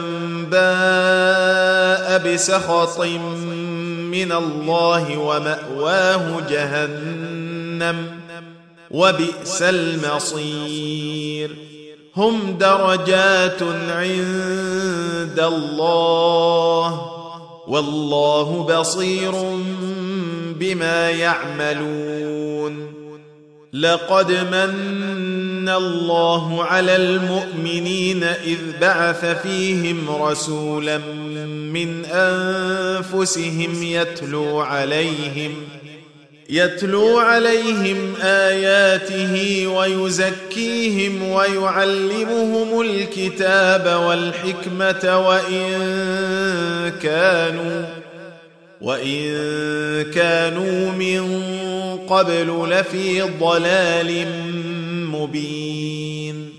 Speaker 1: باء بسخط من الله ومأواه جهنم جهنم وبئس المصير. هم درجات عند الله والله بصير بما يعملون. لقد من الله على المؤمنين إذ بعث فيهم رسولا من أنفسهم يتلو عليهم يتلو عليهم آياته ويزكيهم ويعلمهم الكتاب والحكمة وإن كانوا وإن كانوا من قبل لفي ضلال مبين.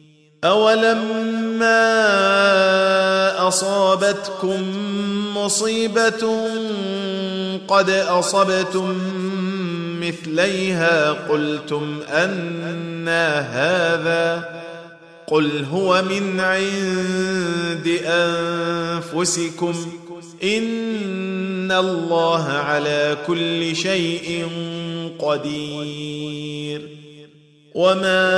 Speaker 1: أولما أصابتكم مصيبة قد أصبتم مثليها قلتم أنى هذا قل هو من عند أنفسكم إن الله على كل شيء قدير. وما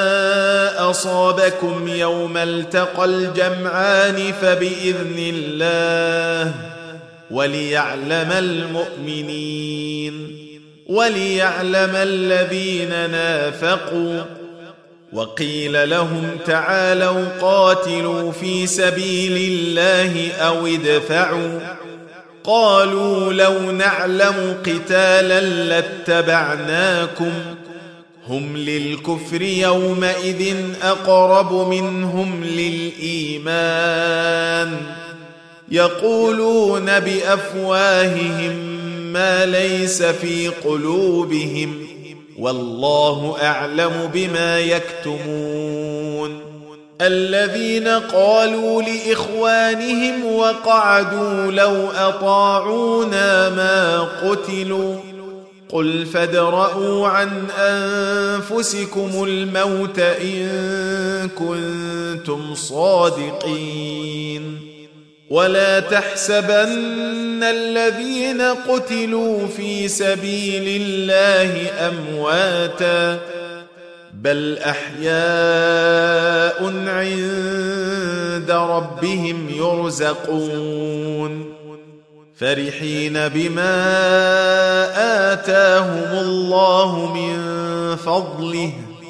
Speaker 1: أصابكم يوم التقى الجمعان فبإذن الله وليعلم المؤمنين وليعلم الذين نافقوا. وقيل لهم تعالوا قاتلوا في سبيل الله أو ادفعوا قالوا لو نعلم قتالا لاتبعناكم هم للكفر يومئذ أقرب منهم للإيمان يقولون بأفواههم ما ليس في قلوبهم والله أعلم بما يكتمون. الذين قالوا لإخوانهم وقعدوا لو أطاعونا ما قتلوا قل فادرءوا عن أنفسكم الموت إن كنتم صادقين. ولا تحسبن الذين قتلوا في سبيل الله أمواتا بل أحياء عند ربهم يرزقون فرحين بما آتاهم الله من فضله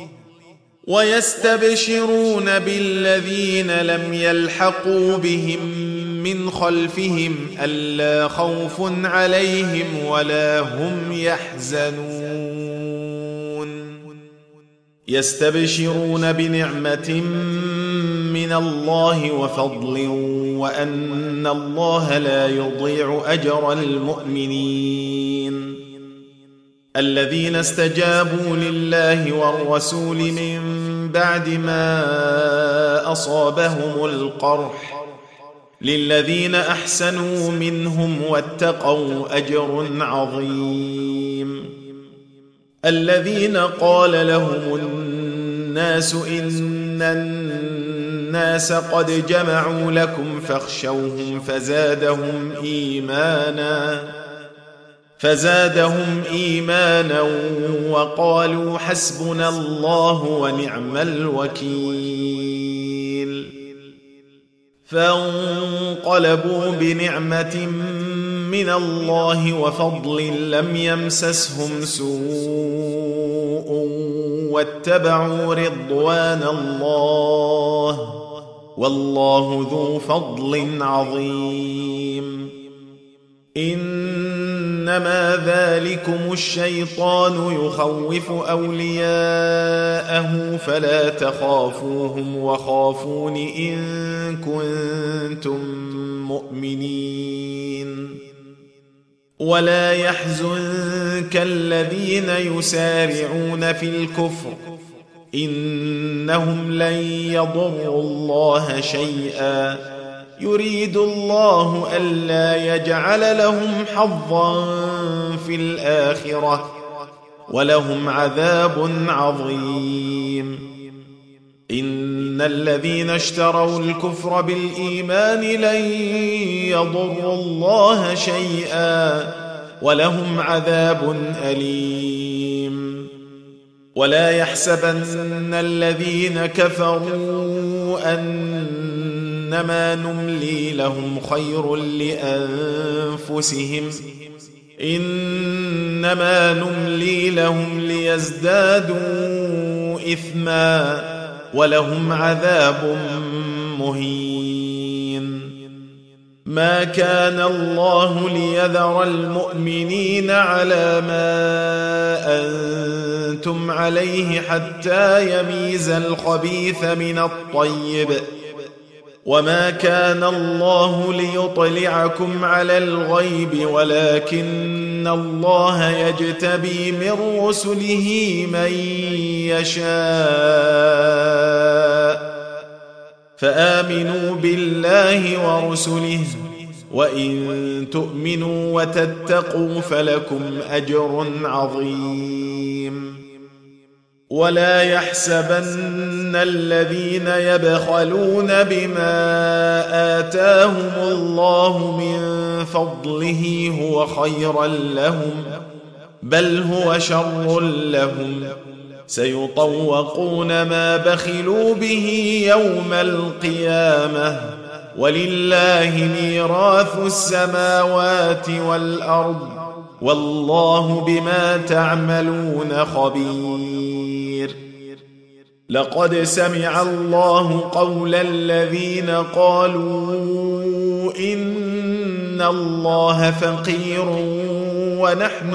Speaker 1: ويستبشرون بالذين لم يلحقوا بهم من خلفهم ألا خوف عليهم ولا هم يحزنون. يستبشرون بنعمة من الله وفضل وأن الله لا يضيع أجر المؤمنين. الذين استجابوا لله والرسول من بعد ما أصابهم القرح للذين أحسنوا منهم واتقوا أجر عظيم. الذين قال لهم الناس إن الناس قد جمعوا لكم فاخشوهم فزادهم إيمانا فزادهم إيمانا وقالوا حسبنا الله ونعم الوكيل. فانقلبوا بنعمة من الله وفضل لم يمسسهم سوء واتبعوا رضوان الله والله ذو فضل عظيم. إنما ذلكم الشيطان يخوف أولياءه فلا تخافوهم وخافون إن كنتم مؤمنين. ولا يحزنك الذين يسارعون في الكفر إنهم لن يضروا الله شيئا يريد الله ألا يجعل لهم حظا في الآخرة ولهم عذاب عظيم. إن الذين اشتروا الكفر بالإيمان لن يضروا الله شيئا ولهم عذاب أليم. ولا يحسبن الذين كفروا أنما نملي لهم خير لأنفسهم، إنما نملي لهم ليزدادوا إثما ولهم عذاب مهين. ما كان الله ليذر المؤمنين على ما أنتم عليه حتى يميز الخبيث من الطيب، وما كان الله ليطلعكم على الغيب ولكن الله يجتبي من رسله من يشاء، فآمنوا بالله ورسله، وإن تؤمنوا وتتقوا فلكم أجر عظيم. ولا يحسبن الذين يبخلون بما آتاهم الله من فضله هو خيرا لهم، بل هو شر لهم، سيطوقون ما بخلوا به يوم القيامة، ولله ميراث السماوات والأرض، والله بما تعملون خبير. لقد سمع الله قول الذين قالوا إن الله فقير ونحن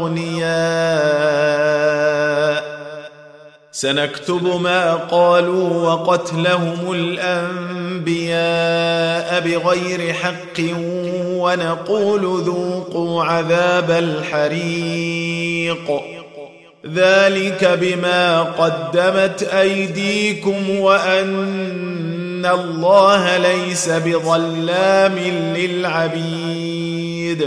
Speaker 1: أغنياء، سنكتب ما قالوا وقتلهم الأنبياء بغير حق ونقول ذوقوا عذاب الحريق، ذلك بما قدمت أيديكم وأن الله ليس بظلام للعبيد.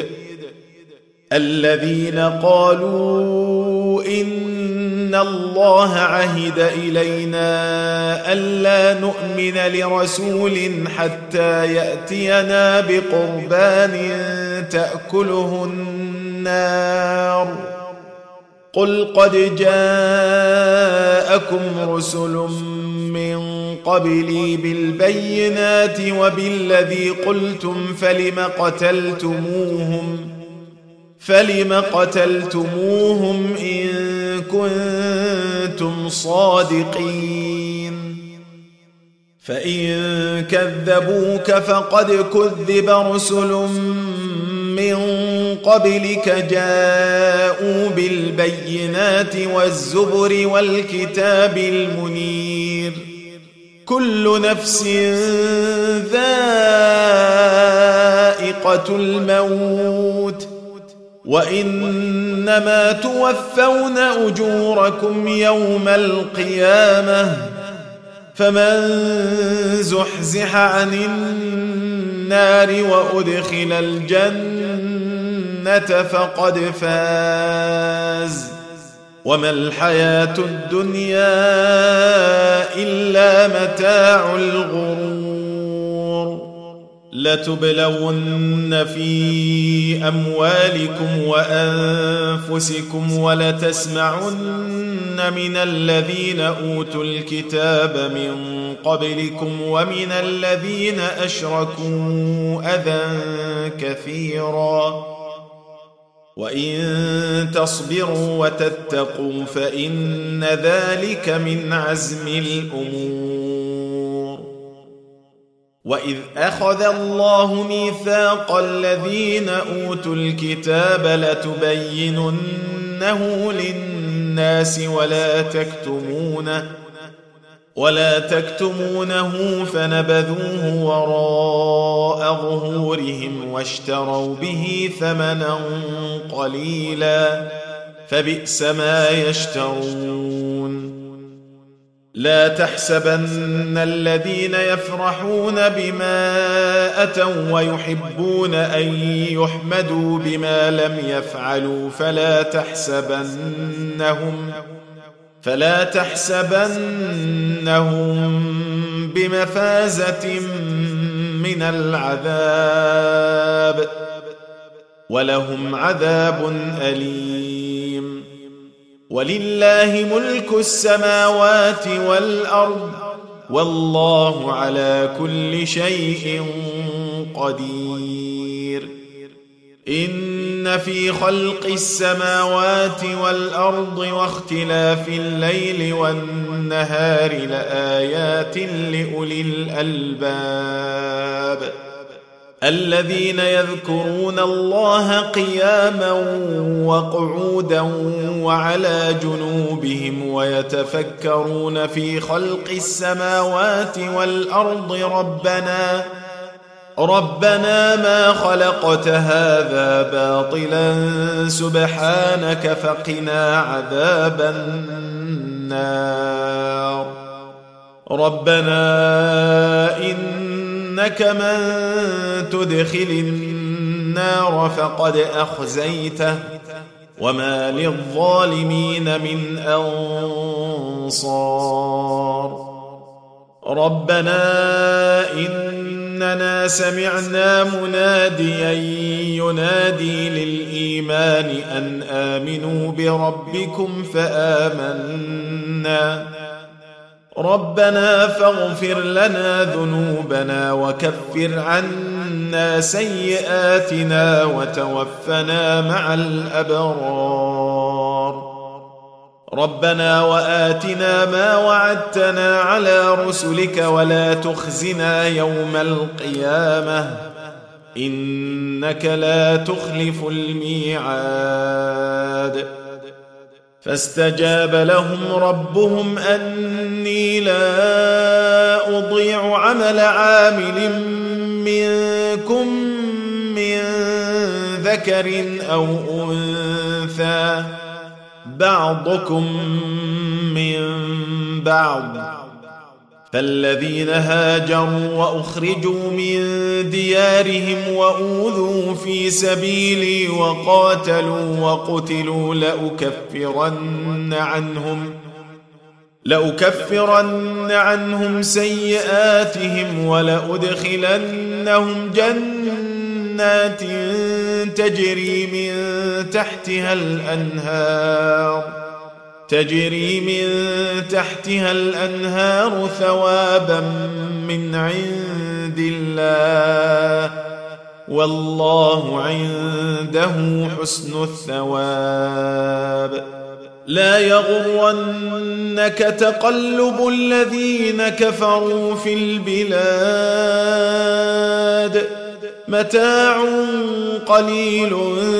Speaker 1: الذين قالوا إن الله عهد إلينا ألا نؤمن لرسول حتى يأتينا بقربان تأكله النار، قل قد جاءكم رسل من قبلي بالبينات وبالذي قلتم فلم قتلتموهم فلم قتلتموهم إن كنتم صادقين، فإن كذبوك فقد كذب رسل من قبلك جاءوا بالبينات والزبر والكتاب المنير، كل نفس ذائقة الموت، وإنما توفون أجوركم يوم القيامة، فمن زحزح عن النار وأدخل الجنة فقد فاز، وما الحياة الدنيا إلا متاع الغرور. لتبلون في أموالكم وأنفسكم ولتسمعن من الذين أوتوا الكتاب من قبلكم ومن الذين أشركوا أذى كثيرا، وإن تصبروا وتتقوا فإن ذلك من عزم الأمور. وإذ أخذ الله ميثاق الذين أوتوا الكتاب لتبيننه للناس ولا تكتمونه ولا تكتمونه فنبذوه وراء ظهورهم واشتروا به ثمنا قليلا فبئس ما يشترون. لا تحسبن الذين يفرحون بما أتوا ويحبون أن يحمدوا بما لم يفعلوا فلا تحسبنهم فلا تحسبنهم بمفازة من العذاب، ولهم عذاب أليم. ولله ملك السماوات والأرض والله على كل شيء قدير. إن في خلق السماوات والأرض واختلاف الليل والنهار لآيات لأولي الألباب الذين يذكرون الله قياما وقعودا وعلى جنوبهم ويتفكرون في خلق السماوات والأرض ربنا ربنا ما خلقت هذا باطلا سبحانك فقنا عذاب النار. ربنا إنك من تدخل النار فقد أخزيته وما للظالمين من أنصار. ربنا إننا سمعنا مناديا ينادي للإيمان أن آمنوا بربكم فآمنا ربنا فاغفر لنا ذنوبنا وكفر عنا سيئاتنا وتوفنا مع الأبرار. ربنا وآتنا ما وعدتنا على رسلك ولا تخزنا يوم القيامة إنك لا تخلف الميعاد. فاستجاب لهم ربهم أني لا أضيع عمل عامل منكم من ذكر أو أنثى بعضكم من بعض. فالذين هاجروا وأخرجوا من ديارهم وأوذوا في سبيلي وقاتلوا وقتلوا لأكفرن عنهم لأكفرن عنهم سيئاتهم ولأدخلنهم جنات تجري من تحتها الأنهار تجري من تحتها الأنهار ثوابا من عند الله والله عنده حسن الثواب. لا يغرنك تقلب الذين كفروا في البلاد متاع قليل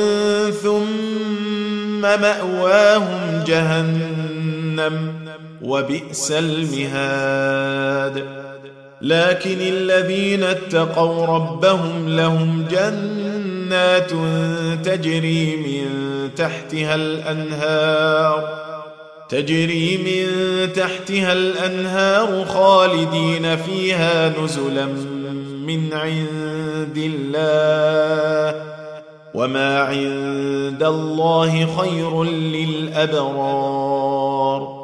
Speaker 1: ثم مأواهم جهنم وبئس المهاد. لكن الذين اتقوا ربهم لهم جنات تجري من تحتها الأنهار تجري من تحتها الأنهار خالدين فيها نزلا من عند الله وما عند الله خير للأبرار.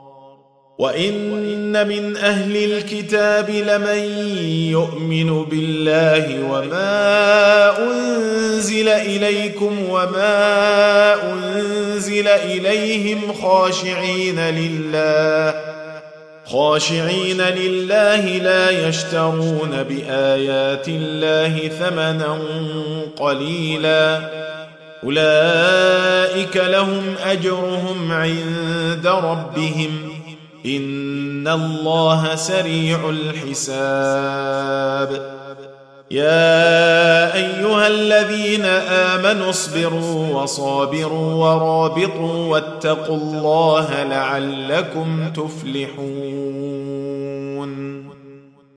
Speaker 1: وإن من أهل الكتاب لمن يؤمن بالله وما أنزل إليكم وما أنزل إليهم خاشعين لله خاشعين لله لا يشترون بآيات الله ثمنا قليلا أولئك لهم أجرهم عند ربهم إن الله سريع الحساب. يا أيها الذين آمنوا اصبروا وصابروا ورابطوا واتقوا الله لعلكم تفلحون.